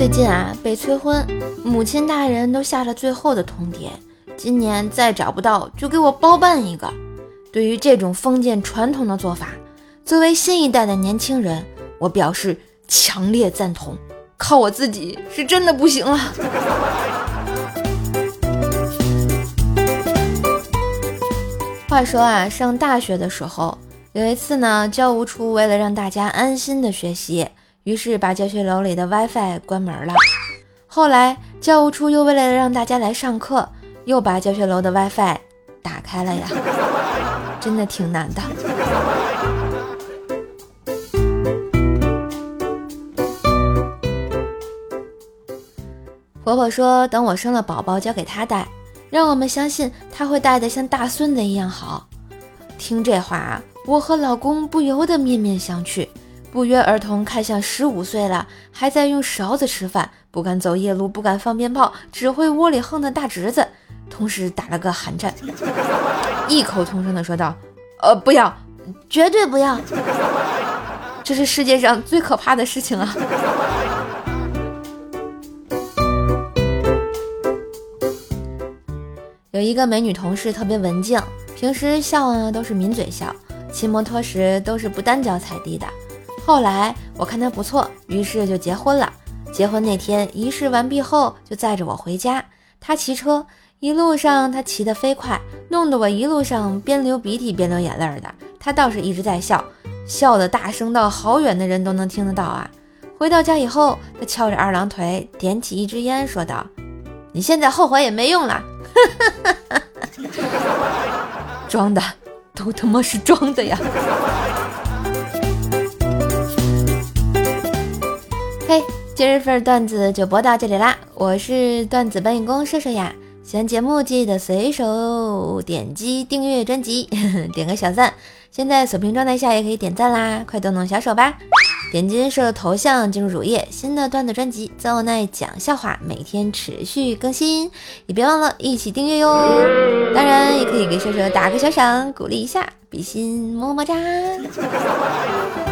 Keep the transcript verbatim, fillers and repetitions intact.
最近啊，被催婚，母亲大人都下了最后的通牒，今年再找不到就给我包办一个。对于这种封建传统的做法，作为新一代的年轻人，我表示强烈赞同，靠我自己是真的不行了。话说啊，上大学的时候，有一次呢，教务处为了让大家安心的学习，于是把教学楼里的 WiFi 关门了。后来教务处又为了让大家来上课，又把教学楼的 WiFi 打开了呀，真的挺难的。婆婆说等我生了宝宝交给她带，让我们相信她会带得像大孙子一样好。听这话啊，我和老公不由得面面相觑，不约而同看向十五岁了还在用勺子吃饭，不敢走夜路，不敢放鞭炮，只会窝里横的大侄子，同时打了个寒战，异口同声地说道：呃，不要，绝对不要，这是世界上最可怕的事情啊。有一个美女同事特别文静，平时笑呢都是抿嘴笑，骑摩托时都是不单脚踩地的。后来我看她不错，于是就结婚了。结婚那天仪式完毕后，就载着我回家。她骑车，一路上她骑得飞快，弄得我一路上边流鼻涕边流眼泪的。她倒是一直在笑，笑得大声到好远的人都能听得到啊。回到家以后，她翘着二郎腿，点起一支烟，说道：你现在后悔也没用了。装的，都他妈是装的呀。嘿，今日份段子就播到这里啦，我是段子搬运工射射呀。喜欢节目记得随手点击订阅专辑，点个小赞。现在锁屏状态下也可以点赞啦，快动动小手吧。点击射的头像进入主页，新的段子专辑造奈讲笑话每天持续更新，也别忘了一起订阅哟。当然也可以给射手打个小赏鼓励一下，比心么么哒。